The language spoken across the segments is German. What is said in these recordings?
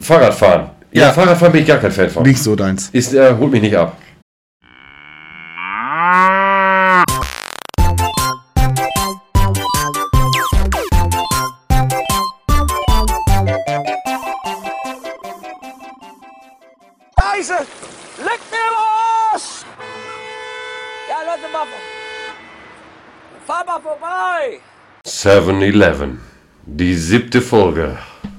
Fahrradfahren. Ja, Fahrradfahren bin ich gar kein Fan von. Nicht so deins. Holt mich nicht ab. Scheiße! Leck mir am Arsch! Ja, Leute, mal. Fahr mal vorbei! 7-Eleven. Die 7. Folge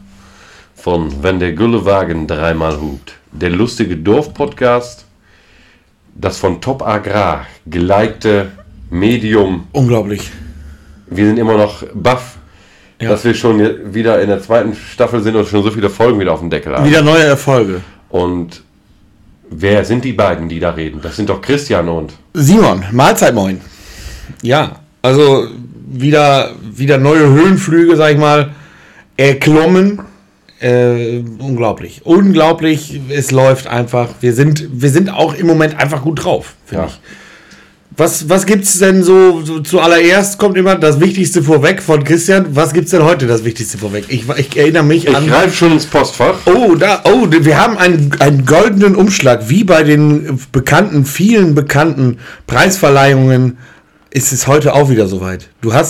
von Wenn der Güllewagen dreimal hupt. Der lustige Dorf-Podcast, das von Top Agrar gelikte Medium. Unglaublich. Wir sind immer noch baff, dass wir schon wieder in der 2. Staffel sind und schon so viele Folgen wieder auf dem Deckel haben. Wieder neue Erfolge. Und wer sind die beiden, die da reden? Das sind doch Christian und Simon. Mahlzeit, moin. Ja, also wieder neue Höhenflüge, sag ich mal, erklommen. Unglaublich. Es läuft einfach. Wir sind auch im Moment einfach gut drauf, finde ich. Was gibt's denn so zuallererst? Kommt immer das Wichtigste vorweg von Christian. Was gibt's denn heute das Wichtigste vorweg? Ich erinnere mich an... Ich greife schon ins Postfach. Wir haben einen goldenen Umschlag. Wie bei den vielen bekannten Preisverleihungen ist es heute auch wieder soweit.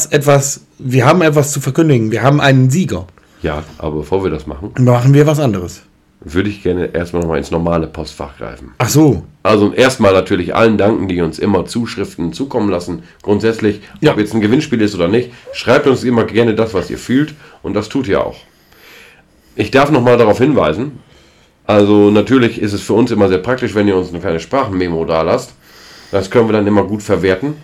Wir haben etwas zu verkündigen. Wir haben einen Sieger. Ja, aber bevor wir das machen wir was anderes. Würde ich gerne erstmal nochmal ins normale Postfach greifen. Ach so. Also erstmal natürlich allen danken, die uns immer Zuschriften zukommen lassen. Grundsätzlich, ob jetzt ein Gewinnspiel ist oder nicht, schreibt uns immer gerne das, was ihr fühlt. Und das tut ihr auch. Ich darf nochmal darauf hinweisen, also natürlich ist es für uns immer sehr praktisch, wenn ihr uns eine kleine Sprachmemo da lasst. Das können wir dann immer gut verwerten.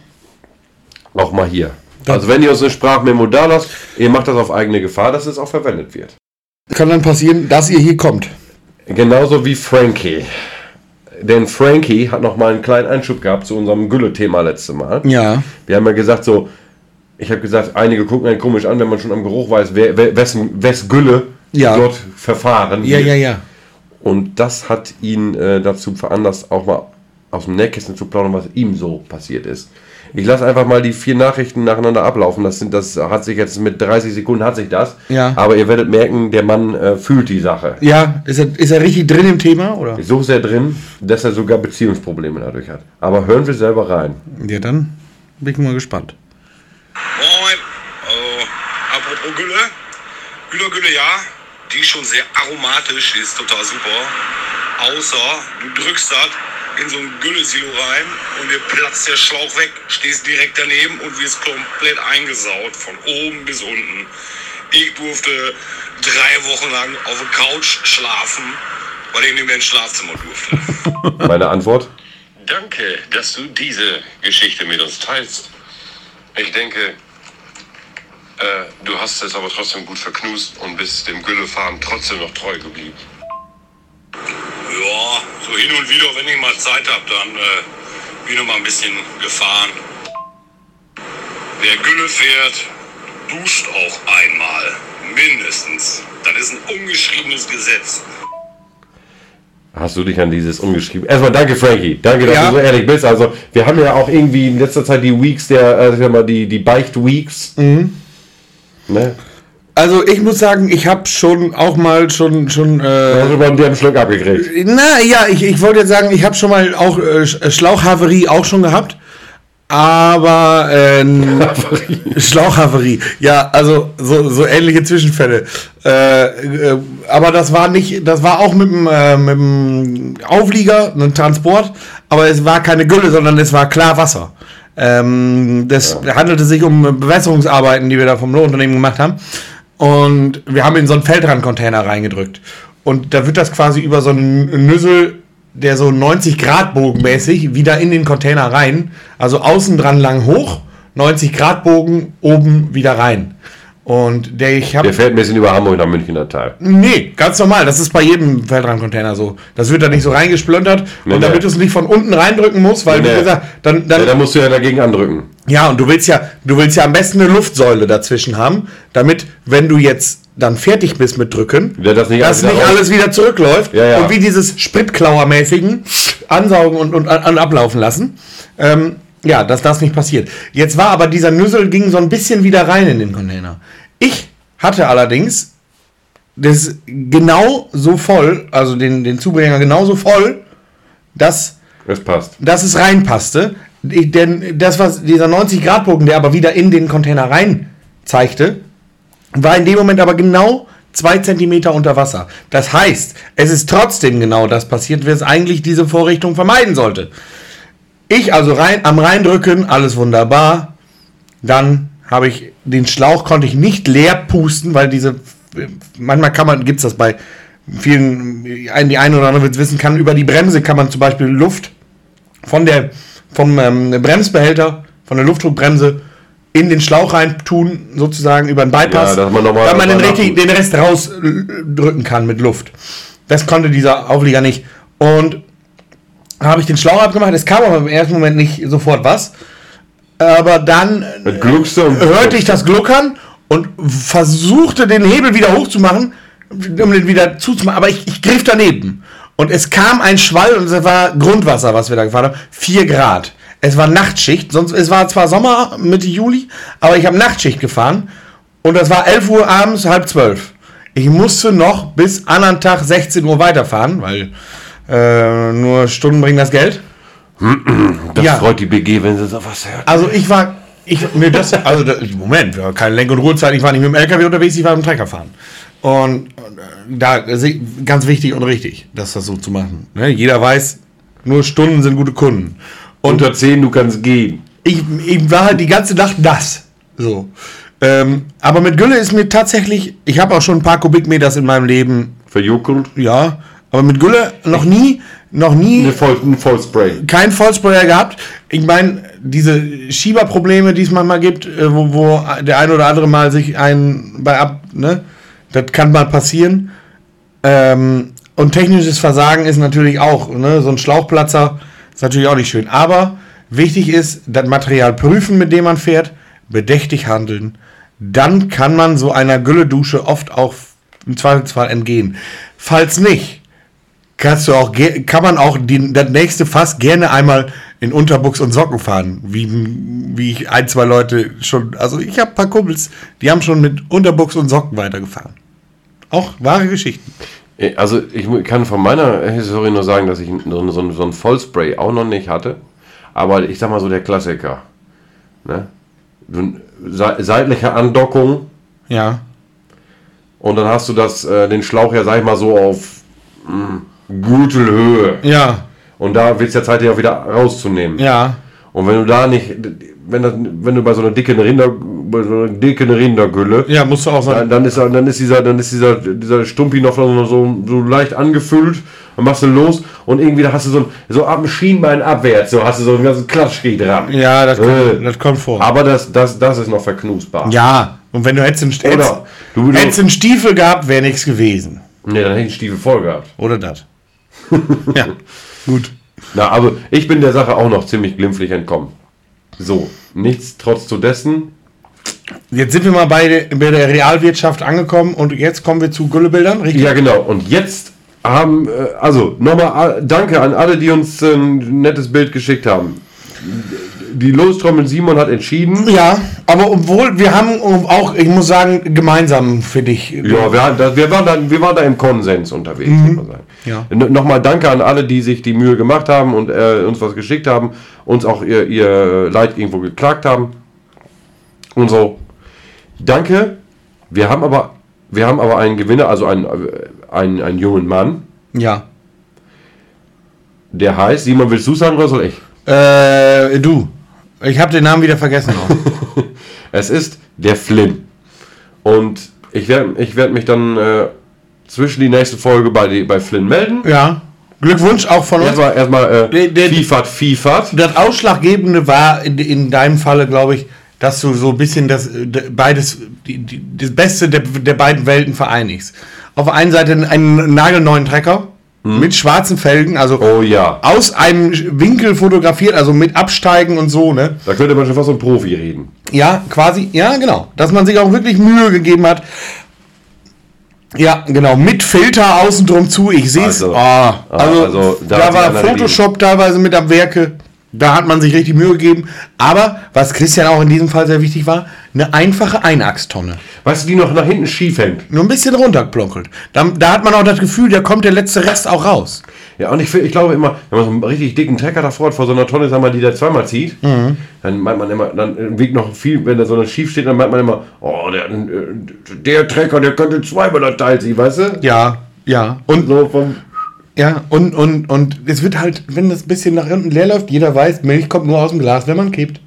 Auch mal hier. Also wenn ihr uns eine Sprachmemo da lasst, ihr macht das auf eigene Gefahr, dass es auch verwendet wird. Kann dann passieren, dass ihr hier kommt. Genauso wie Frankie. Denn Frankie hat noch mal einen kleinen Einschub gehabt zu unserem Gülle-Thema letztes Mal. Ja. Wir haben ja gesagt ich habe gesagt, einige gucken einen komisch an, wenn man schon am Geruch weiß, wes Gülle dort verfahren. Ja. Und das hat ihn dazu veranlasst, auch mal aus dem Nähkästchen zu plaudern, was ihm so passiert ist. Ich lasse einfach mal die 4 Nachrichten nacheinander ablaufen. Das hat sich jetzt mit 30 Sekunden das. Ja. Aber ihr werdet merken, der Mann fühlt die Sache. Ja, ist er richtig drin im Thema, oder? So sehr drin, dass er sogar Beziehungsprobleme dadurch hat. Aber hören wir selber rein. Ja, dann bin ich mal gespannt. Moin. Apropos Gülle. Gülle, ja. Die ist schon sehr aromatisch, die ist total super. Außer du drückst das in so ein Güllesilo rein und dir platzt der Schlauch weg, stehst direkt daneben und wirst komplett eingesaut, von oben bis unten. Ich durfte 3 Wochen lang auf der Couch schlafen, weil ich nicht mehr ins Schlafzimmer durfte. Meine Antwort? Danke, dass du diese Geschichte mit uns teilst. Ich denke, du hast es aber trotzdem gut verknust und bist dem Güllefahren trotzdem noch treu geblieben. Ja, so hin und wieder, wenn ich mal Zeit habe, dann bin ich noch mal ein bisschen gefahren. Wer Gülle fährt, duscht auch einmal. Mindestens. Das ist ein ungeschriebenes Gesetz. Hast du dich an dieses ungeschrieben... Erstmal danke, Frankie. Danke, dass du so ehrlich bist. Also, wir haben ja auch irgendwie in letzter Zeit die Weeks, die Beicht-Weeks. Mhm. Ne? Also ich muss sagen, ich habe schon auch mal Hast du mal einen Schluck abgekriegt? Ich wollte jetzt sagen, ich habe schon mal auch Schlauchhaverie auch schon gehabt. Aber Schlauchhaverie. Ja, also so ähnliche Zwischenfälle. Aber das war auch mit dem Auflieger, ein Transport, aber es war keine Gülle, sondern es war klar Wasser. Handelte sich um Bewässerungsarbeiten, die wir da vom Lohnunternehmen gemacht haben. Und wir haben in so einen Feldrand-Container reingedrückt. Und da wird das quasi über so einen Nüssel, der so 90 Grad Bogen mäßig, wieder in den Container rein. Also außen dran lang hoch, 90 Grad Bogen, oben wieder rein. Und der fährt ein bisschen über Hamburg nach München, der Teil. Nee, ganz normal. Das ist bei jedem Feldrand-Container so. Das wird da nicht so reingesplöntert. Und damit du es nicht von unten reindrücken musst, weil wie gesagt, dann musst du ja dagegen andrücken. Ja, und du willst ja am besten eine Luftsäule dazwischen haben, damit, wenn du jetzt dann fertig bist mit Drücken, dass nicht alles wieder zurückläuft und wie dieses Spritklauermäßigen ansaugen und ablaufen lassen. Dass das nicht passiert. Jetzt war aber dieser Nüssel ging so ein bisschen wieder rein in den Container. Ich hatte allerdings das genau so voll, also den Zubehänger genauso voll, dass es reinpasste. Denn das, was dieser 90-Grad-Bogen, der aber wieder in den Container rein zeigte, war in dem Moment aber genau 2 Zentimeter unter Wasser. Das heißt, es ist trotzdem genau das passiert, was eigentlich diese Vorrichtung vermeiden sollte. Ich also am Reindrücken, alles wunderbar. Dann habe ich den Schlauch, konnte ich nicht leer pusten, weil manchmal gibt es das bei vielen, die eine oder andere wird es wissen, über die Bremse kann man zum Beispiel Luft vom Bremsbehälter, von der Luftdruckbremse in den Schlauch rein tun, sozusagen über den Bypass, dass man den Rest rausdrücken kann mit Luft. Das konnte dieser Auflieger nicht. Und habe ich den Schlauch abgemacht, es kam aber im ersten Moment nicht sofort was. Aber dann hörte ich das Gluckern und versuchte den Hebel wieder hochzumachen, um den wieder zuzumachen, aber ich griff daneben. Und es kam ein Schwall und es war Grundwasser, was wir da gefahren haben, 4 Grad. Es war Nachtschicht, es war zwar Sommer, Mitte Juli, aber ich habe Nachtschicht gefahren und das war 11 Uhr abends, 11:30. Ich musste noch bis anderen Tag 16 Uhr weiterfahren, weil nur Stunden bringen das Geld. Das freut die BG, wenn sie sowas hört. Also Moment, keine Lenk- und Ruhezeit, ich war nicht mit dem LKW unterwegs, ich war mit dem Trecker fahren. Und da ganz wichtig und richtig, das so zu machen. Ne? Jeder weiß, nur Stunden sind gute Kunden. Und unter 10, du kannst gehen. Ich war halt die ganze Nacht nass. So. Aber mit Gülle ist mir tatsächlich, ich habe auch schon ein paar Kubikmeters in meinem Leben verjuckelt. Ja, aber mit Gülle noch nie ein Vollspray. Kein Vollsprayer gehabt. Ich meine, diese Schieberprobleme, die es manchmal gibt, wo der ein oder andere mal sich das kann mal passieren. Und technisches Versagen ist natürlich auch, ne, so ein Schlauchplatzer ist natürlich auch nicht schön. Aber wichtig ist, das Material prüfen, mit dem man fährt, bedächtig handeln. Dann kann man so einer Gülledusche oft auch im Zweifelsfall entgehen. Falls nicht, kann man auch das nächste Fass gerne einmal in Unterbuchs und Socken fahren, wie ich 1, 2 Leute schon, also ich habe ein paar Kumpels, die haben schon mit Unterbuchs und Socken weitergefahren. Auch wahre Geschichten. Also ich kann von meiner Historie nur sagen, dass ich so ein Vollspray auch noch nicht hatte, aber ich sag mal so der Klassiker, ne? Seitliche Andockung. Ja. Und dann hast du den Schlauch ja, sag ich mal, so auf Gürtelhöhe. Ja. Und da wird es ja Zeit, den auch wieder rauszunehmen. Ja. Und wenn du da nicht, wenn du bei so einer dicken Rindergülle, ja, musst du auch sagen, dann ist dieser Stumpi noch so leicht angefüllt, dann machst du los und irgendwie da hast du so ab dem Schienbein abwärts, so hast du so einen ganzen Klatschri dran. Ja, das kommt vor. Aber das ist noch verknusbar. Ja, und wenn du hättest einen Stiefel gehabt, wäre nichts gewesen. Ne, dann hätte ich einen Stiefel voll gehabt. Oder das. Ja, gut. Na, aber ich bin der Sache auch noch ziemlich glimpflich entkommen. So, nichtsdestotrotz. Jetzt sind wir mal bei der Realwirtschaft angekommen und jetzt kommen wir zu Güllebildern, richtig? Ja, genau. Und jetzt nochmal danke an alle, die uns ein nettes Bild geschickt haben. Die Lostrommel Simon hat entschieden. Ja, aber obwohl wir haben auch, ich muss sagen, gemeinsam für dich. Ja, wir waren da im Konsens unterwegs, muss man sagen. Ja. Nochmal danke an alle, die sich die Mühe gemacht haben und uns was geschickt haben, uns auch ihr Leid irgendwo geklagt haben. Und so. Danke. Wir haben aber einen Gewinner, also einen jungen Mann. Ja. Der heißt, Simon, willst du sagen oder soll ich? Du. Ich habe den Namen wieder vergessen. Es ist der Flynn. Und ich werd mich dann zwischen die nächste Folge bei Flynn melden. Ja. Glückwunsch auch von uns. Erstmal Fiefert. Das Ausschlaggebende war in deinem Falle, glaube ich, dass du so ein bisschen das Beste der beiden Welten vereinigst. Auf der einen Seite einen nagelneuen Trecker mit schwarzen Felgen, also aus einem Winkel fotografiert, also mit Absteigen und so, ne? Da könnte man schon fast so ein Profi reden. Ja, quasi, ja, genau. Dass man sich auch wirklich Mühe gegeben hat. Ja, genau, mit Filter außen drum zu, ich sehe es. Da war Photoshop teilweise mit am Werke. Da hat man sich richtig Mühe gegeben. Aber, was Christian auch in diesem Fall sehr wichtig war, eine einfache Einachstonne. Weißt du, die noch nach hinten schief hängt. Nur ein bisschen runterplonkelt. Da hat man auch das Gefühl, da kommt der letzte Rest auch raus. Ja, und ich glaube immer, wenn man so einen richtig dicken Trecker davor hat, vor so einer Tonne, sagen wir, die der zweimal zieht, dann meint man immer, dann wiegt noch viel, wenn da so eine schief steht, dann meint man immer, oh, der Trecker, der könnte zweimal das Teil ziehen, weißt du? Ja. Und So vom ja, und es wird halt, wenn das ein bisschen nach unten leer läuft, jeder weiß, Milch kommt nur aus dem Glas, wenn man kippt.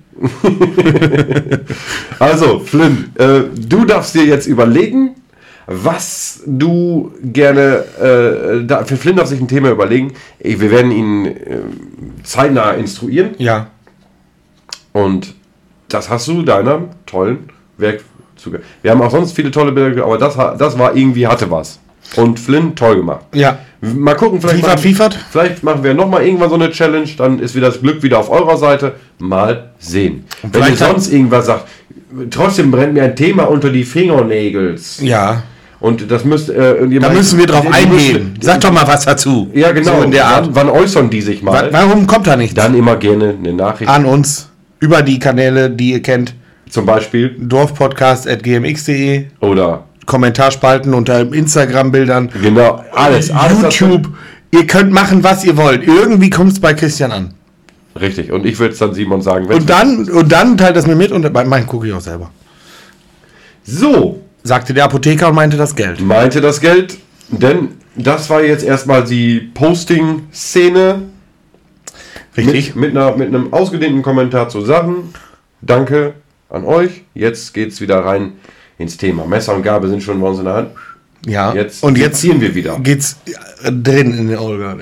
Also, Flynn, du darfst dir jetzt überlegen, was du gerne, für Flynn darf sich ein Thema überlegen. Wir werden ihn zeitnah instruieren. Ja. Und das hast du deiner tollen Werkzeuge. Wir haben auch sonst viele tolle Bilder, aber das war irgendwie, hatte was. Und Flynn, toll gemacht. Ja. Mal gucken, vielleicht machen wir nochmal irgendwann so eine Challenge, dann ist wieder das Glück wieder auf eurer Seite. Mal sehen. Und wenn ihr sonst irgendwas sagt, trotzdem brennt mir ein Thema unter die Fingernägels. Ja. Und das müsst da müssen wir drauf eingehen. Sag doch mal was dazu. Ja, genau. So in der Art. Wann äußern die sich mal? Warum kommt da nichts? Dann immer gerne eine Nachricht. An uns. Über die Kanäle, die ihr kennt. Zum Beispiel dorfpodcast@gmx.de. Oder Kommentarspalten unter Instagram-Bildern. Genau, alles. YouTube. Ihr könnt machen, was ihr wollt. Irgendwie kommt es bei Christian an. Richtig. Und ich würde es dann Simon sagen. Und dann teilt das mir mit und bei meinen gucke ich auch selber. So. Sagte der Apotheker und meinte das Geld. Denn das war jetzt erstmal die Posting-Szene. Richtig. Mit einem ausgedehnten Kommentar zu Sachen. Danke an euch. Jetzt geht's wieder rein ins Thema. Messer und Gabel sind schon bei uns in der Hand. Ja. Jetzt ziehen wir wieder. Geht's drin in den Olga.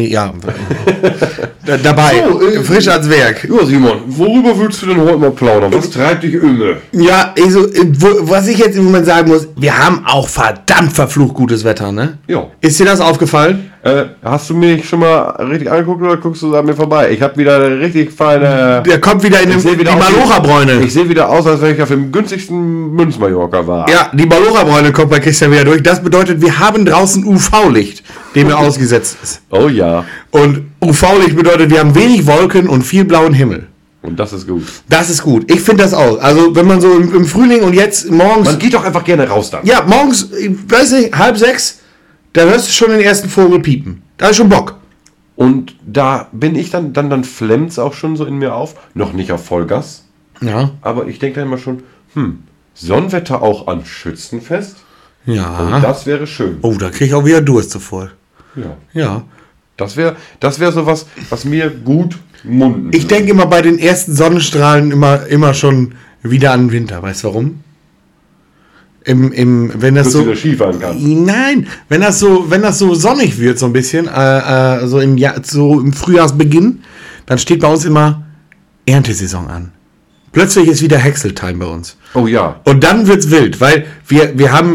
Dabei. So, frisch als Werk. Ja, Simon, worüber willst du denn heute mal plaudern? Was treibt dich Ümme? Ja, also, was ich jetzt im Moment sagen muss, wir haben auch verdammt verflucht gutes Wetter, ne? Ja. Ist dir das aufgefallen? Hast du mich schon mal richtig angeguckt oder guckst du an mir vorbei? Ich habe wieder eine richtig feine... Der kommt wieder in die Malocha-Bräune. Ich sehe wieder aus, als wenn ich auf dem günstigsten Münz-Mallorca war. Ja, die Malocha-Bräune kommt bei Christian wieder durch. Das bedeutet, wir haben draußen UV-Licht, dem er ausgesetzt ist. Oh ja. Und UV-Licht bedeutet, wir haben wenig Wolken und viel blauen Himmel. Und das ist gut. Das ist gut. Ich finde das auch. Also, wenn man so im Frühling und jetzt morgens... Man geht doch einfach gerne raus dann. Ja, morgens, ich weiß nicht, 5:30, da hörst du schon den ersten Vogel piepen. Da ist schon Bock. Und da bin ich dann flammt's auch schon so in mir auf. Noch nicht auf Vollgas. Ja. Aber ich denke dann immer schon, Sonnenwetter auch an Schützenfest? Ja. Und das wäre schön. Oh, da kriege ich auch wieder Durst sofort. Ja. Ja. Das wär so was mir gut munden. Ich denke immer bei den ersten Sonnenstrahlen immer schon wieder an den Winter. Weißt du warum? Wenn das so Skifahren kann. Nein, wenn das so sonnig wird, so ein bisschen, so im Frühjahrsbeginn, dann steht bei uns immer Erntesaison an. Plötzlich ist wieder Häckseltime bei uns. Oh ja. Und dann wird's wild, weil wir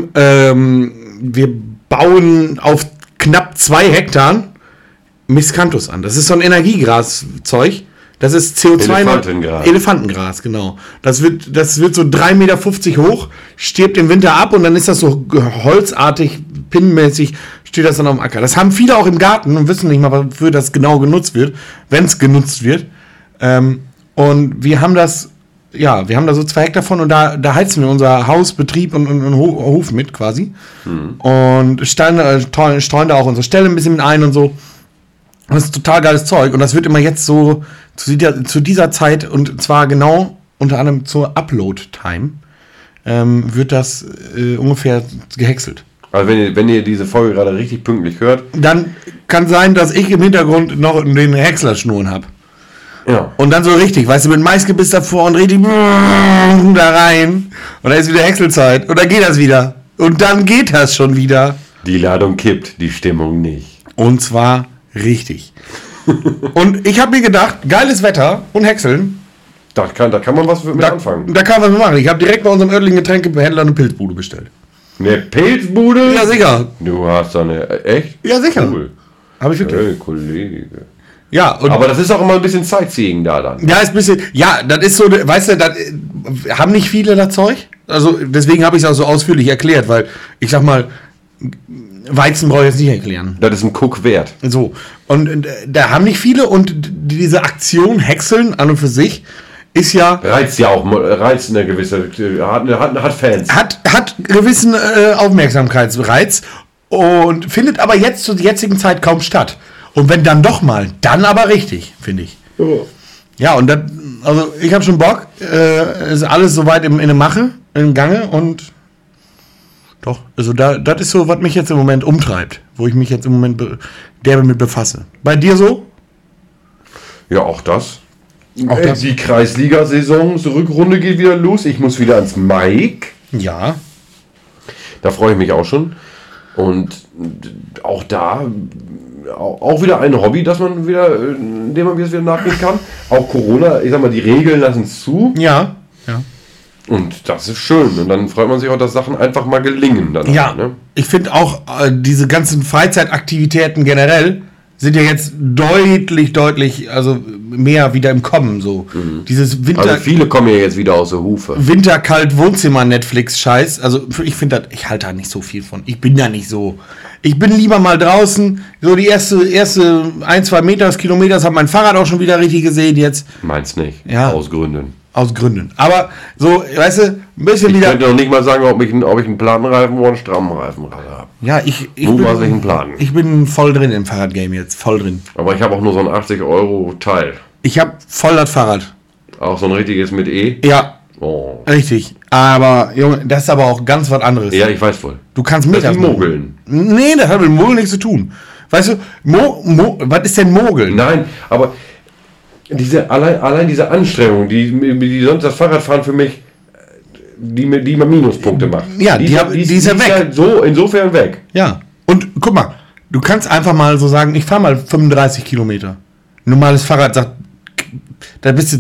bauen auf knapp 2 Hektaren Miscanthus an. Das ist so ein Energiegraszeug. Das ist CO2... Elefantengras, genau. Das wird so 3,50 Meter hoch, stirbt im Winter ab und dann ist das so holzartig, pinnenmäßig, steht das dann auf dem Acker. Das haben viele auch im Garten und wissen nicht mal, wofür das genau genutzt wird, wenn es genutzt wird. Und wir haben da so 2 Hektar von und da heizen wir unser Haus, Betrieb und Hof mit quasi. Und streuen da auch unsere Stelle ein bisschen mit ein und so. Und das ist total geiles Zeug. Und das wird immer jetzt so zu dieser Zeit und zwar genau unter anderem zur Upload-Time wird das ungefähr gehäckselt. Also wenn ihr diese Folge gerade richtig pünktlich hört. Dann kann sein, dass ich im Hintergrund noch den Häckslerschnurren habe. Ja. Und dann so richtig, weißt du, mit Maisgebiss davor und richtig da rein. Und dann ist wieder Häckselzeit. Und dann geht das wieder. Und dann geht das schon wieder. Die Ladung kippt, die Stimmung nicht. Und zwar richtig. Und ich habe mir gedacht, geiles Wetter und Häckseln. Da kann man was mit anfangen. Da kann man was machen. Ich habe direkt bei unserem örtlichen Getränkehändler eine Pilzbude bestellt. Eine Pilzbude? Ja, sicher. Du hast da eine, echt? Ja, sicher. Cool. Habe ich wirklich. Hey, Kollege. Ja, und aber das ist auch immer ein bisschen Sightseeing da dann. Ja, ist ein bisschen, ja, das ist so, weißt du, das haben nicht viele das Zeug. Also deswegen habe ich es auch so ausführlich erklärt, weil ich sag mal, Weizen brauche ich jetzt nicht erklären. Das ist ein Guck wert. So, und da haben nicht viele und diese Aktion Häckseln an und für sich ist ja... Reizt eine gewisse... Hat Fans. Hat gewissen Aufmerksamkeitsreiz und findet aber jetzt zur jetzigen Zeit kaum statt. Und wenn dann doch mal, dann aber richtig, finde ich. Ja, und das, also ich habe schon Bock. Ist alles soweit in der Mache, im Gange und doch, also das ist so, was mich jetzt im Moment umtreibt, wo ich mich jetzt im Moment derbe mit befasse. Bei dir so? Ja, auch das. Die Kreisliga-Saison, Rückrunde geht wieder los. Ich muss wieder ans Mike. Ja. Da freue ich mich auch schon. Und auch da, auch wieder ein Hobby, dem man wieder nachgehen kann. Auch Corona, ich sag mal, die Regeln lassen es zu. Ja. Und das ist schön. Und dann freut man sich auch, dass Sachen einfach mal gelingen. Danach, ja, ne? Ich finde auch, diese ganzen Freizeitaktivitäten generell sind ja jetzt deutlich, also mehr wieder im Kommen. So. Dieses Winter. Also viele kommen ja jetzt wieder aus der Hufe. Winterkalt-Wohnzimmer-Netflix-Scheiß. Also ich finde ich halte da nicht so viel von. Ich bin da nicht so. Ich bin lieber mal draußen. So die erste 1-2 Meter des Kilometers hat mein Fahrrad auch schon wieder richtig gesehen jetzt. Meins nicht. Ja. Aus Gründen. Aber so, weißt du, ein bisschen wieder. Ich könnte noch nicht mal sagen, ob ich einen Plattenreifen oder einen strammen Reifen habe. Ja, ich bin voll drin im Fahrradgame jetzt. Voll drin. Aber ich habe auch nur so ein 80-Euro-Teil. Ich habe voll das Fahrrad. Auch so ein richtiges mit E? Ja. Oh. Richtig. Aber, Junge, das ist aber auch ganz was anderes. Ja, ich weiß wohl. Du kannst mit das mogeln. Nee, das hat mit Mogeln nichts zu tun. Weißt du, was ist denn Mogeln? Nein, aber allein diese Anstrengung, die sonst das Fahrradfahren für mich, die mir Minuspunkte macht. Ja, die ist ja weg. Halt so insofern weg. Ja. Und guck mal, du kannst einfach mal so sagen, ich fahre mal 35 Kilometer. Ein normales Fahrrad sagt, da bist du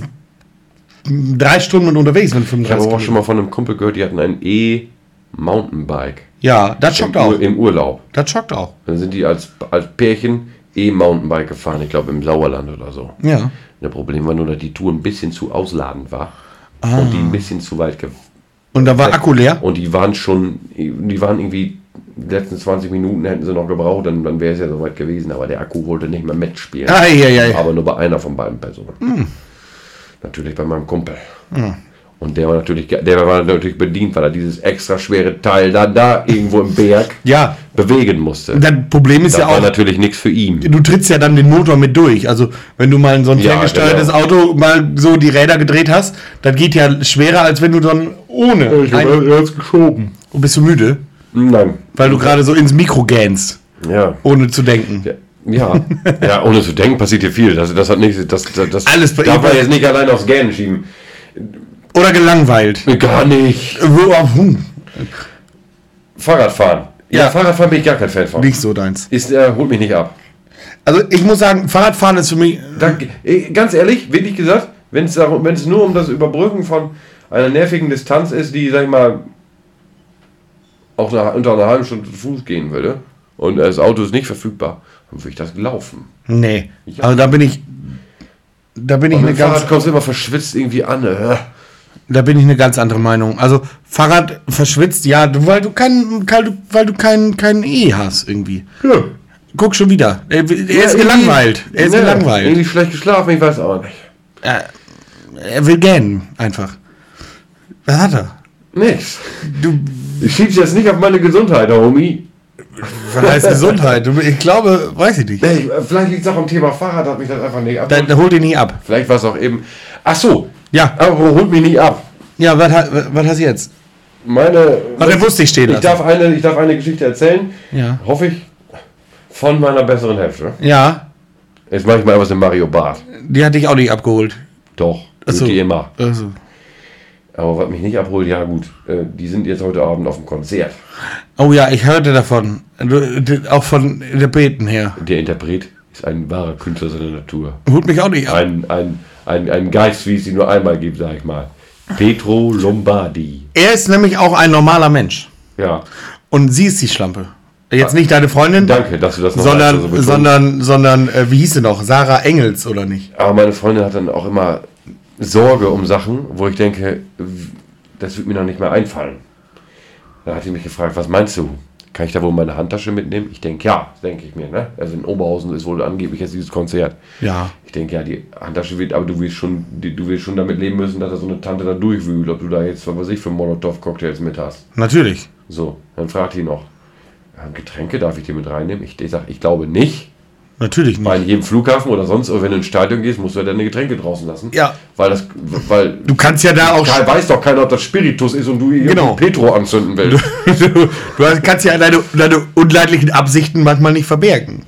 3 Stunden unterwegs, wenn du 35 Ich habe auch schon mal von einem Kumpel gehört, die hatten ein E-Mountainbike. Ja, das schockt auch. Im Urlaub. Das schockt auch. Dann sind die als Pärchen E-Mountainbike gefahren, ich glaube im Sauerland oder so. Ja. Das Problem war nur, dass die Tour ein bisschen zu ausladend war. Und die ein bisschen zu weit und da war Akku leer? Und die waren irgendwie, die letzten 20 Minuten hätten sie noch gebraucht, dann wäre es ja soweit gewesen, aber der Akku wollte nicht mehr mitspielen. Aber nur bei einer von beiden Personen. Natürlich bei meinem Kumpel. Und der war natürlich bedient, weil er dieses extra schwere Teil da irgendwo im Berg bewegen musste. Das Problem ist das ja auch, war natürlich nichts für ihn. Du trittst ja dann den Motor mit durch. Also wenn du mal so ein ferngesteuertes Auto mal so die Räder gedreht hast, das geht ja schwerer, als wenn du dann ohne. Ich habe jetzt geschoben. Und bist du müde? Nein. Weil du gerade so ins Mikro gähnst. Ja. Ohne zu denken. Ja, ohne zu denken passiert hier viel. Das hat nichts. Das alles darf man jetzt nicht allein aufs Gähnen schieben. Oder gelangweilt. Gar nicht. Fahrradfahren. Ja, Fahrradfahren bin ich gar kein Fan von. Nicht so deins. Holt mich nicht ab. Also ich muss sagen, Fahrradfahren ist für mich... Ganz ehrlich, wirklich gesagt, wenn es nur um das Überbrücken von einer nervigen Distanz ist, die, sag ich mal, auch unter einer halben Stunde zu Fuß gehen würde und das Auto ist nicht verfügbar, dann würde ich das laufen. Nee, ja. Also da bin ich eine Fahrrad kommst du immer verschwitzt irgendwie an. Da bin ich eine ganz andere Meinung. Also Fahrrad verschwitzt, ja, weil du kein E hast irgendwie. Ja. Guck schon wieder. Er ist gelangweilt. Irgendwie schlecht geschlafen, ich weiß auch nicht. Er will gähnen, einfach. Was hat er? Nix. Ich schieb's jetzt nicht auf meine Gesundheit, Homie. Was heißt Gesundheit? Ich glaube, weiß ich nicht. Nee, vielleicht liegt es auch am Thema Fahrrad, hat mich das einfach nicht ab. Da holt ihn nie ab. Vielleicht war es auch eben... Ach so. Ja. Aber holt mich nie ab. Ja, was hast du jetzt? Der wusste ich stehen lassen. Ich darf eine Geschichte erzählen. Ja. Hoffe ich. Von meiner besseren Hälfte. Ja. Jetzt mache ich mal was in Mario Barth. Die hatte ich auch nicht abgeholt. Doch. Achso. Die immer. Achso. Aber was mich nicht abholt, ja gut. Die sind jetzt heute Abend auf dem Konzert. Oh ja, ich hörte davon. Auch von Interpreten her. Der Interpret ist ein wahrer Künstler seiner Natur. Holt mich auch nicht ab. Ein Geist, wie es ihn nur einmal gibt, sag ich mal. Pietro Lombardi. Er ist nämlich auch ein normaler Mensch. Ja. Und sie ist die Schlampe. Jetzt nicht deine Freundin. Danke, dass du das noch sondern wie hieß sie noch? Sarah Engels, oder nicht? Aber meine Freundin hat dann auch immer Sorge um Sachen, wo ich denke, das wird mir noch nicht mehr einfallen. Da hat sie mich gefragt, was meinst du? Kann ich da wohl meine Handtasche mitnehmen? Ich denke, ja, denke ich mir. Ne? Also in Oberhausen ist wohl angeblich jetzt dieses Konzert. Ja. Ich denke, ja, die Handtasche wird, aber du willst schon damit leben müssen, dass da so eine Tante da durchwühlt, ob du da jetzt, was weiß ich, für Molotow-Cocktails mit hast. Natürlich. So, dann fragt die noch, Getränke darf ich dir mit reinnehmen? Ich sage, ich glaube nicht. Natürlich nicht. Weil in jedem Flughafen oder sonst, oder wenn du ins Stadion gehst, musst du ja deine Getränke draußen lassen. Ja. Weil Du kannst ja da auch... weiß doch keiner, ob das Spiritus ist und du Genau. Petro anzünden willst. Du kannst ja deine unleidlichen Absichten manchmal nicht verbergen.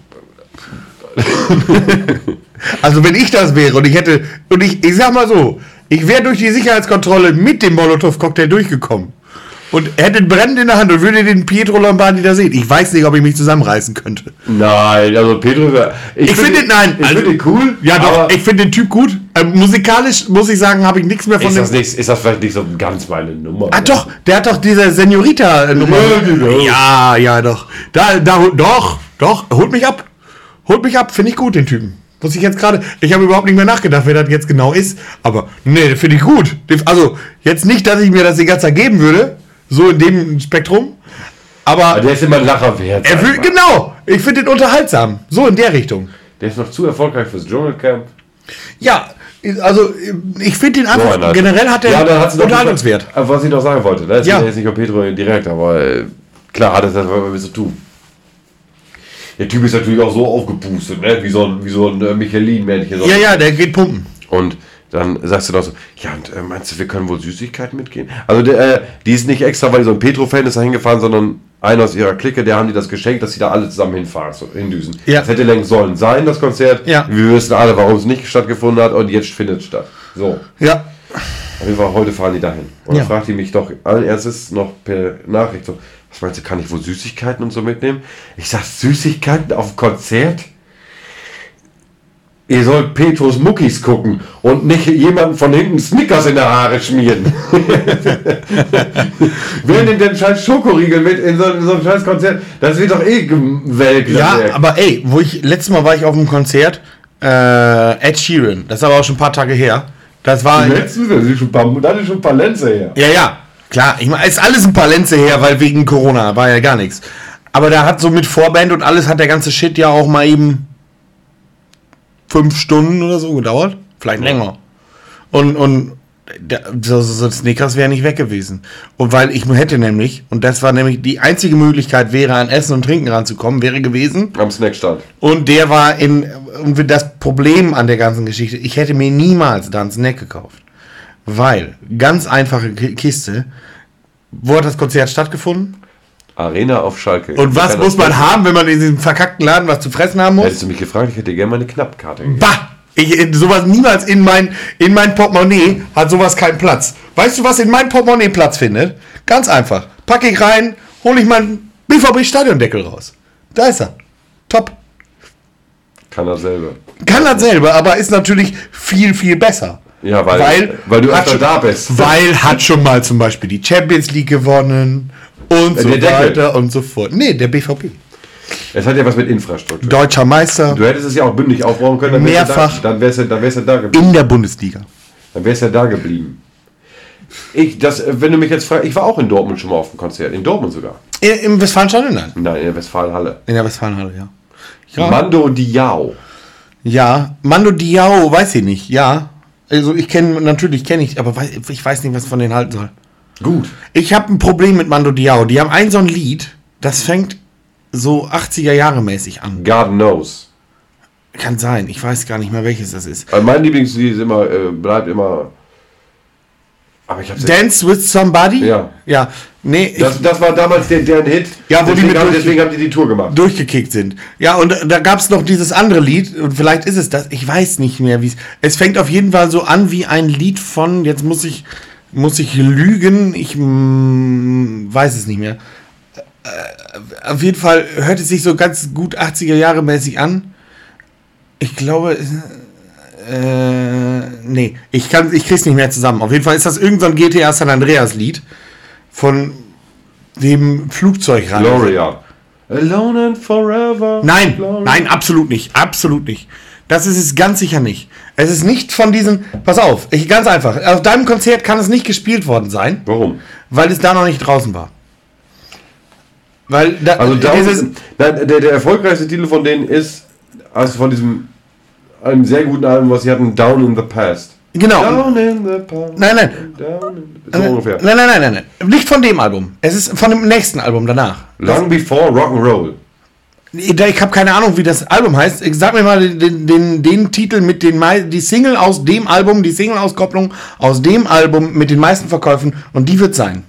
Also wenn ich das wäre und ich sag mal so, ich wäre durch die Sicherheitskontrolle mit dem Molotow-Cocktail durchgekommen und hätte einen brennend in der Hand und würde den Pietro Lombardi da sehen. Ich weiß nicht, ob ich mich zusammenreißen könnte. Nein, also Petro... Ich finde den cool. Ja doch, ich finde den Typ gut. Musikalisch, muss ich sagen, habe ich nichts mehr von ist das vielleicht nicht so ganz meine Nummer? Ah doch, der hat doch diese Senorita-Nummer. Ja, genau. Ja, doch. Doch, holt mich ab. Finde ich gut, den Typen. Muss ich jetzt gerade... Ich habe überhaupt nicht mehr nachgedacht, wer das jetzt genau ist. Aber, nee, finde ich gut. Also, jetzt nicht, dass ich mir das die ganze Zeit geben würde. So in dem Spektrum. Aber der ist immer ein Lacher wert. Genau. Ich finde den unterhaltsam. So in der Richtung. Der ist noch zu erfolgreich fürs Dschungelcamp. Ja, also ich finde ihn einfach... So generell hat der Unterhaltungswert. Was ich noch sagen wollte. Das ist Ja. jetzt nicht um Petro direkt, aber klar hat das was zu tun. Der Typ ist natürlich auch so aufgepustet, ne? wie so ein Michelin-Männchen. Ja, der geht pumpen. Und dann sagst du noch so, ja, und meinst du, wir können wohl Süßigkeiten mitgehen? Also die ist nicht extra, weil die so ein Petro-Fan ist da hingefahren, sondern einer aus ihrer Clique, der haben die das geschenkt, dass sie da alle zusammen hinfahren, hindüsen. Ja. Das hätte längst sollen sein, das Konzert. Ja. Wir wissen alle, warum es nicht stattgefunden hat und jetzt findet es statt. So. Ja. Auf jeden Fall, heute fahren die dahin. Und dann fragt die mich doch allen Ernstes noch per Nachricht so, was meinst du, kann ich wohl Süßigkeiten und so mitnehmen? Ich sag, Süßigkeiten auf Konzert? Ihr sollt Petros Muckis gucken und nicht jemanden von hinten Snickers in der Haare schmieren. Wer nimmt denn scheiß Schokoriegel mit in so ein scheiß Konzert? Das wird doch Welk. Ja, aber letztes Mal war ich auf einem Konzert, Ed Sheeran, das ist aber auch schon ein paar Tage her. Das war... Das ist schon ein paar Lenze her. Ja, klar, ich meine, ist alles ein paar Lenze her, weil wegen Corona war ja gar nichts. Aber da hat so mit Vorband und alles hat der ganze Shit ja auch mal eben 5 Stunden oder so gedauert. Vielleicht länger. Und so Snickers wäre nicht weg gewesen. Und weil ich hätte nämlich, und das war nämlich die einzige Möglichkeit, wäre an Essen und Trinken ranzukommen, wäre gewesen. Am Snackstand. Und der war und das Problem an der ganzen Geschichte, ich hätte mir niemals da einen Snack gekauft. Weil, ganz einfache Kiste, wo hat das Konzert stattgefunden? Arena auf Schalke. Und was muss man haben, wenn man in diesem verkackten Laden was zu fressen haben muss? Hättest du mich gefragt, ich hätte dir gerne meine Knappkarte gegeben. Bah! Sowas niemals in mein Portemonnaie hat sowas keinen Platz. Weißt du, was in mein Portemonnaie Platz findet? Ganz einfach. Packe ich rein, hole ich meinen BVB-Stadiondeckel raus. Da ist er. Top. Kann er selber. Aber ist natürlich viel, viel besser. Ja, weil du öfter da bist. Weil hat schon mal zum Beispiel die Champions League gewonnen und so weiter und so fort. Nee, der BVB. Es hat ja was mit Infrastruktur. Deutscher Meister. Du hättest es ja auch bündig aufbauen können. Dann mehrfach. Dann wär's ja da geblieben. In der Bundesliga. Dann wär's ja da geblieben. Wenn du mich jetzt fragst, ich war auch in Dortmund schon mal auf dem Konzert. In Dortmund sogar. Im Westfalenstadion? Nein. Nein, in der Westfalenhalle. In der Westfalenhalle, ja. Mando Diao. Ja, Mando Diao, weiß ich nicht, ja. Also natürlich kenne ich, aber ich weiß nicht, was von denen halten soll. Gut. Ich habe ein Problem mit Mando Diao. Die haben so ein Lied, das fängt so 80er Jahre mäßig an. God knows. Kann sein, ich weiß gar nicht mehr, welches das ist. Mein Lieblingslied ist immer, bleibt immer... Aber ich hab's Dance with Somebody? Ja. Ja, nee. Das war damals deren Hit. Ja, deswegen haben die Tour gemacht. Durchgekickt sind. Ja, und da gab es noch dieses andere Lied, und vielleicht ist es das, ich weiß nicht mehr, wie es... Es fängt auf jeden Fall so an wie ein Lied von, jetzt muss ich lügen, ich weiß es nicht mehr. Auf jeden Fall hört es sich so ganz gut 80er Jahre mäßig an. Ich glaube... nee, ich krieg's nicht mehr zusammen. Auf jeden Fall ist das irgendein GTA San Andreas Lied von dem Flugzeugrennen. Gloria. Alone and Forever. Nein, Gloria. nein, absolut nicht. Absolut nicht. Das ist es ganz sicher nicht. Es ist nicht von diesen... Pass auf, ganz einfach. Auf deinem Konzert kann es nicht gespielt worden sein. Warum? Weil es da noch nicht draußen war. Weil Also der erfolgreichste Titel von denen ist, also von einem sehr guten Album, was sie hatten, Down in the Past. Genau. Down in the Past. Nein. So ungefähr. Nein. Nicht von dem Album. Es ist von dem nächsten Album danach. Long Before Rock'n'Roll. Ich habe keine Ahnung, wie das Album heißt. Sag mir mal den Titel mit die Single aus dem Album, die Single-Auskopplung aus dem Album mit den meisten Verkäufen und die wird sein.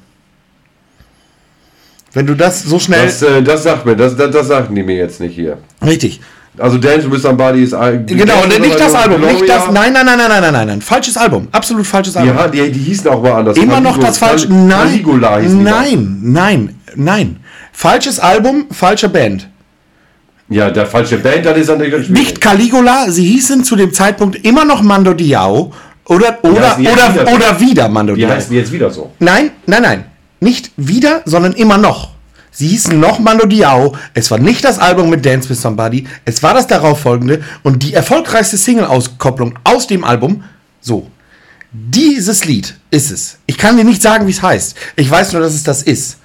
Wenn du das so schnell... Das sagten die mir jetzt nicht hier. Richtig. Also Dance with Somebody ist... Genau, nicht das Album. Nicht das, nein. Falsches Album. Absolut falsches Album. Ja, die hießen auch mal anders. Immer noch das falsche... Caligula hießen Nein. Falsches Album, falsche Band. Ja, der falsche Band, das ist dann nicht Caligula, sie hießen zu dem Zeitpunkt immer noch Mando Diao oder wieder Mando Diao. Die heißen jetzt wieder so. Nein. Nicht wieder, sondern immer noch. Sie hießen noch Mando Diao. Es war nicht das Album mit Dance with Somebody. Es war das darauffolgende und die erfolgreichste Single-Auskopplung aus dem Album. So. Dieses Lied ist es. Ich kann dir nicht sagen, wie es heißt. Ich weiß nur, dass es das ist.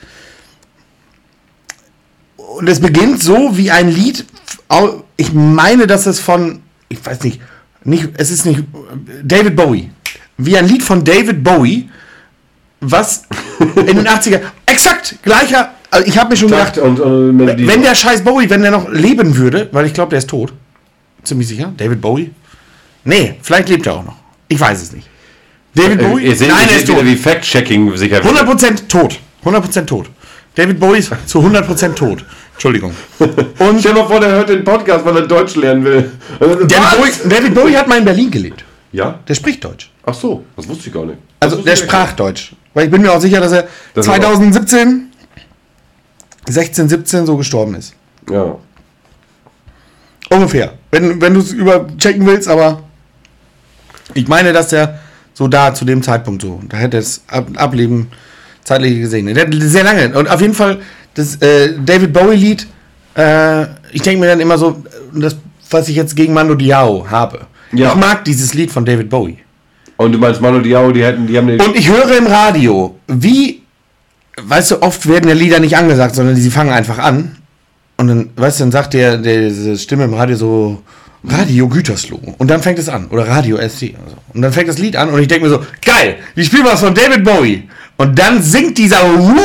Und es beginnt so wie ein Lied. Ich meine, dass es von... Ich weiß nicht. Es ist nicht... David Bowie. Wie ein Lied von David Bowie, was in den 80er... Exakt gleicher... Also ich habe mir schon gedacht, wenn der scheiß Bowie, wenn der noch leben würde, weil ich glaube, der ist tot. Ziemlich sicher. David Bowie? Nee, vielleicht lebt er auch noch. Ich weiß es nicht. David Bowie? Nein, er ist tot. Wie Fact-Checking sicher. 100% tot. 100% tot. David Bowie ist zu 100% tot. Entschuldigung. Und stell dir mal vor, der hört den Podcast, weil er Deutsch lernen will. David Bowie hat mal in Berlin gelebt. Ja? Der spricht Deutsch. Ach so, das wusste ich gar nicht. Also der sprach Deutsch. Weil ich bin mir auch sicher, dass er 2017... 16, 17 so gestorben ist. Ja. Ungefähr. Wenn du es überchecken willst, aber ich meine, dass der so da zu dem Zeitpunkt so, da hätte es Ableben zeitlich gesehen. Der hat sehr lange. Und auf jeden Fall das David Bowie-Lied, ich denke mir dann immer so, das, was ich jetzt gegen Mando Diao habe. Ja. Ich mag dieses Lied von David Bowie. Und du meinst Mando Diao, die haben den... Und ich höre im Radio, weißt du, oft werden ja Lieder nicht angesagt, sondern sie fangen einfach an. Und dann, weißt du, dann sagt diese Stimme im Radio so, Radio Gütersloh. Und dann fängt es an. Oder Radio SC. Also. Und dann fängt das Lied an und ich denke mir so, geil, die spielen was von David Bowie. Und dann singt dieser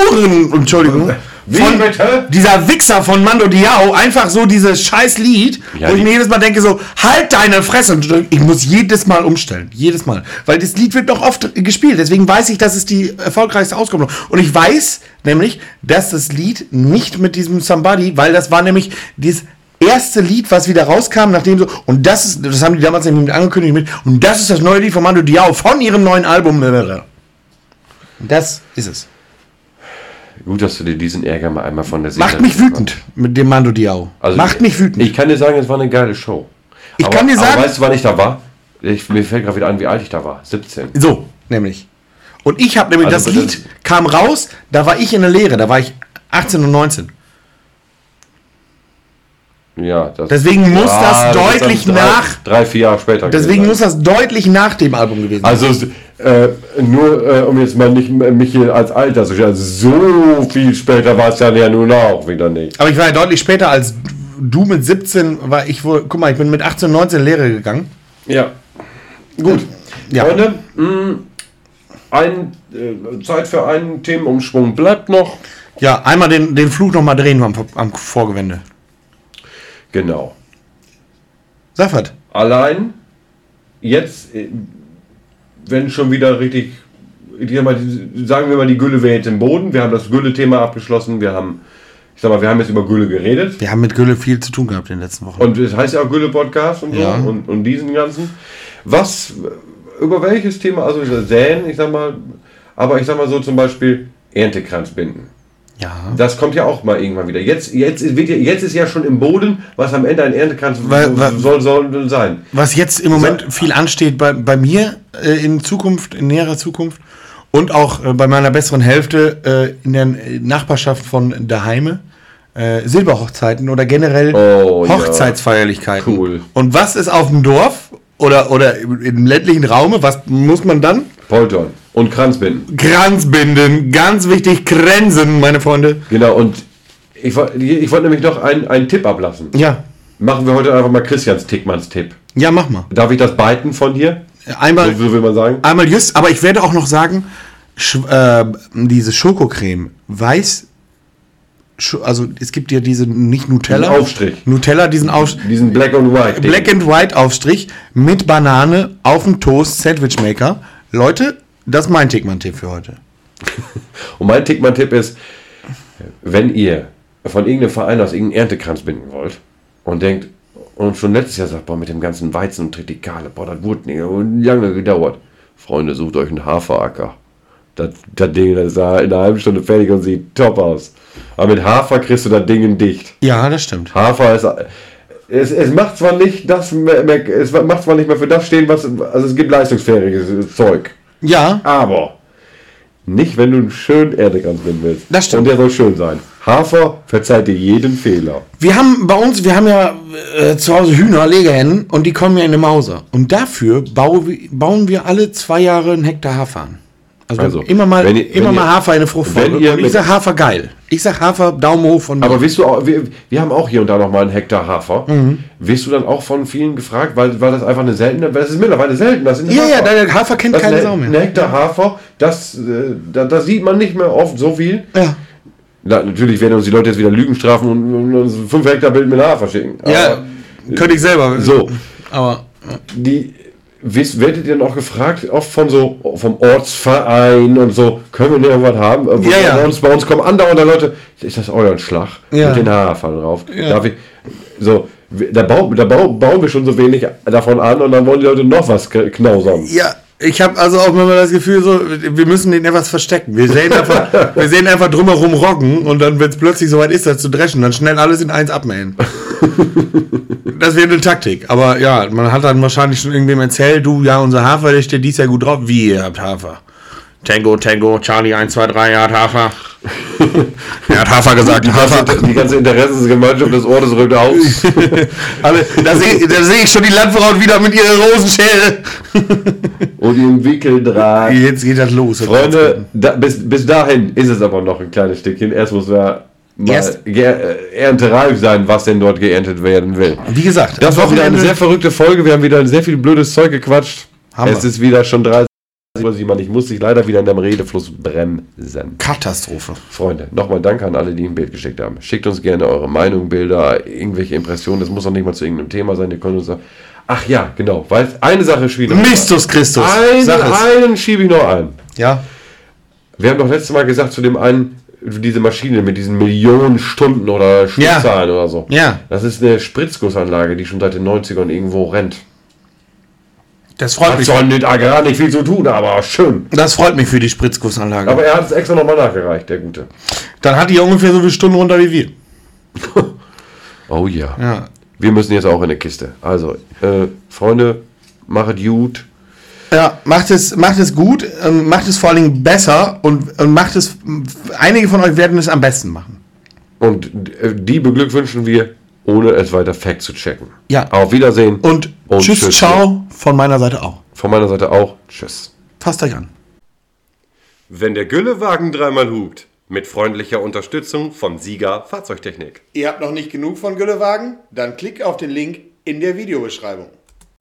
dieser Wichser von Mando Diao einfach so dieses scheiß Lied, ja, wo ich mir jedes Mal denke so, halt deine Fresse. Und ich muss jedes Mal umstellen. Jedes Mal. Weil das Lied wird noch oft gespielt. Deswegen weiß ich, dass es die erfolgreichste Auskopplung. Und ich weiß nämlich, dass das Lied nicht mit diesem Somebody, weil das war nämlich dieses erste Lied, was wieder rauskam, nachdem so, und das haben die damals nämlich mit angekündigt und das ist das neue Lied von Mando Diao von ihrem neuen Album. Das ist es. Gut, dass du dir diesen Ärger mal einmal von der Seele... Macht mich wütend mit dem Mando Diao. Also macht mich wütend. Ich kann dir sagen, es war eine geile Show. Kann dir sagen... Aber weißt du, wann ich da war? Mir fällt gerade wieder an, wie alt ich da war. 17. So, nämlich. Und ich habe nämlich, das Lied kam raus, da war ich in der Lehre, da war ich 18 und 19. Ja, deswegen muss das deutlich nach... 3-4 Jahre später. Deswegen muss das deutlich nach dem Album gewesen sein. Also nur, um jetzt mal nicht mich hier als Alter zu stellen, also so viel später war es ja nun auch wieder nicht. Aber ich war ja deutlich später als du mit 17, war ich wohl... Guck mal, ich bin mit 18 und 19 in Lehre gegangen. Ja. Gut. Ja. Freunde, Zeit für einen Themenumschwung bleibt noch. Ja, einmal den Flug nochmal drehen am Vorgewende. Genau. Saffert. Allein jetzt, wenn schon wieder richtig, sagen wir mal, die Gülle wäre jetzt im Boden. Wir haben das Gülle-Thema abgeschlossen. Wir haben jetzt über Gülle geredet. Wir haben mit Gülle viel zu tun gehabt in den letzten Wochen. Und es heißt ja auch Gülle-Podcast und so, ja. und diesen ganzen. Über welches Thema, also Säen, aber ich sag mal so zum Beispiel Erntekranzbinden. Ja. Das kommt ja auch mal irgendwann wieder. Jetzt ist ja schon im Boden, was am Ende ein Erntekranz soll sein. Was jetzt im Moment viel ansteht bei mir in näherer Zukunft und auch bei meiner besseren Hälfte in der Nachbarschaft von daheime, Silberhochzeiten oder generell Hochzeitsfeierlichkeiten. Cool. Und was ist auf dem Dorf oder im ländlichen Raume, was muss man dann? Poltern. Und Kranzbinden. Kranzbinden, ganz wichtig, Kränzen, meine Freunde. Genau, und Ich wollte nämlich noch einen Tipp ablassen. Ja. Machen wir heute einfach mal Christians Tickmanns Tipp. Ja, mach mal. Darf ich das biten von dir? Einmal, so will man sagen. Einmal just, aber ich werde auch noch sagen, diese Schokocreme, also es gibt ja diese, nicht Nutella. Diesen Aufstrich. Nutella, diesen Black and White. Black and White Aufstrich mit Banane auf dem Toast Sandwich Maker. Leute, das ist mein Tickmann-Tipp für heute. Und mein Tickmann-Tipp ist, wenn ihr von irgendeinem Verein aus irgendeinen Erntekranz binden wollt und denkt, und schon letztes Jahr sagt, boah, mit dem ganzen Weizen und Tritikale, boah, das wurde nicht lange gedauert. Freunde, sucht euch einen Haferacker. Das Ding, das ist in einer halben Stunde fertig und sieht top aus. Aber mit Hafer kriegst du das Ding dicht. Ja, das stimmt. Hafer ist... Es macht zwar nicht mehr für das stehen, also es gibt leistungsfähiges Zeug. Ja. Aber nicht, wenn du einen schönen Erntekranz binden willst. Das stimmt. Und der soll schön sein. Hafer verzeiht dir jeden Fehler. Wir haben ja zu Hause Hühner, Legehennen und die kommen ja in eine Mauser. Und dafür bauen wir alle 2 Jahre einen Hektar Hafer an. Also immer mal Hafer in eine Fruchtfolge. Ich sag Hafer geil. Ich sag Hafer Daumen hoch von mir. Aber wirst du auch, wir haben auch hier und da noch mal einen Hektar Hafer. Wirst du dann auch von vielen gefragt, weil das einfach eine seltene, das ist mittlerweile selten. Das der Hafer kennt keine Sau mehr. Ein Hektar Hafer, das sieht man nicht mehr oft so viel. Ja. Natürlich werden uns die Leute jetzt wieder Lügen strafen und uns 5 Hektar Bild mit Hafer schicken. Ja, könnte ich selber. So. Aber werdet ihr noch gefragt, oft vom Ortsverein und so, können wir nicht irgendwas haben? Bei uns kommen andauernd Leute, ist das euer Schlag? Ja. Mit den Hafer drauf. Ja. Darf ich, so, da bauen wir schon so wenig davon an und dann wollen die Leute noch was knausern. Ja, ich habe also auch immer das Gefühl, so, wir müssen denen etwas verstecken. Wir sehen einfach drumherum rocken und dann, wenn es plötzlich soweit ist, das zu dreschen, dann schnell alles in 1 abmähen. Das wäre eine Taktik. Aber ja, man hat dann wahrscheinlich schon irgendwem erzählt, unser Hafer, der steht dies Jahr gut drauf. Wie, ihr habt Hafer? Tango, Charlie 1, 2, 3, er hat Hafer. Er hat Hafer gesagt. Die ganze Interessensgemeinschaft des Ortes rückt aus. Da sehe ich schon die Landfrau wieder mit ihrer Rosenschere. Und ihrem Wickeldraht. Jetzt geht das los. Freunde, bis dahin ist es aber noch ein kleines Stückchen. Erst muss erntereif sein, was denn dort geerntet werden will. Wie gesagt, das war wieder eine sehr verrückte Folge. Wir haben wieder sehr viel blödes Zeug gequatscht. Es ist wieder schon 30 Uhr. Ich muss dich leider wieder in deinem Redefluss bremsen. Katastrophe. Freunde, nochmal danke an alle, die ein Bild geschickt haben. Schickt uns gerne eure Meinung, Bilder, irgendwelche Impressionen. Das muss auch nicht mal zu irgendeinem Thema sein. Ihr könnt uns sagen. Ach ja, genau. Weil eine Sache schiebe ich noch. Christus Christus. Einen schiebe ich noch ein. Ja. Wir haben doch letztes Mal gesagt zu dem einen, diese Maschine mit diesen Millionen Stunden oder Stückzahlen oder so. Ja. Das ist eine Spritzgussanlage, die schon seit den 90ern irgendwo rennt. Das freut mich. Hat zwar mit Agrar nicht viel zu tun, aber schön. Das freut mich für die Spritzgussanlage. Aber er hat es extra nochmal nachgereicht, der Gute. Dann hat die ungefähr so viele Stunden runter wie wir. Oh ja. Wir müssen jetzt auch in eine Kiste. Also, Freunde, machet gut. Ja, macht es gut, macht es vor allen Dingen besser und macht es, einige von euch werden es am besten machen. Und die beglückwünschen wir, ohne es weiter fact zu checken. Ja. Auf Wiedersehen. Und tschüss, ciao, von meiner Seite auch. Von meiner Seite auch, tschüss. Fasst euch an. Wenn der Güllewagen dreimal hupt, mit freundlicher Unterstützung von Sieger Fahrzeugtechnik. Ihr habt noch nicht genug von Güllewagen? Dann klickt auf den Link in der Videobeschreibung.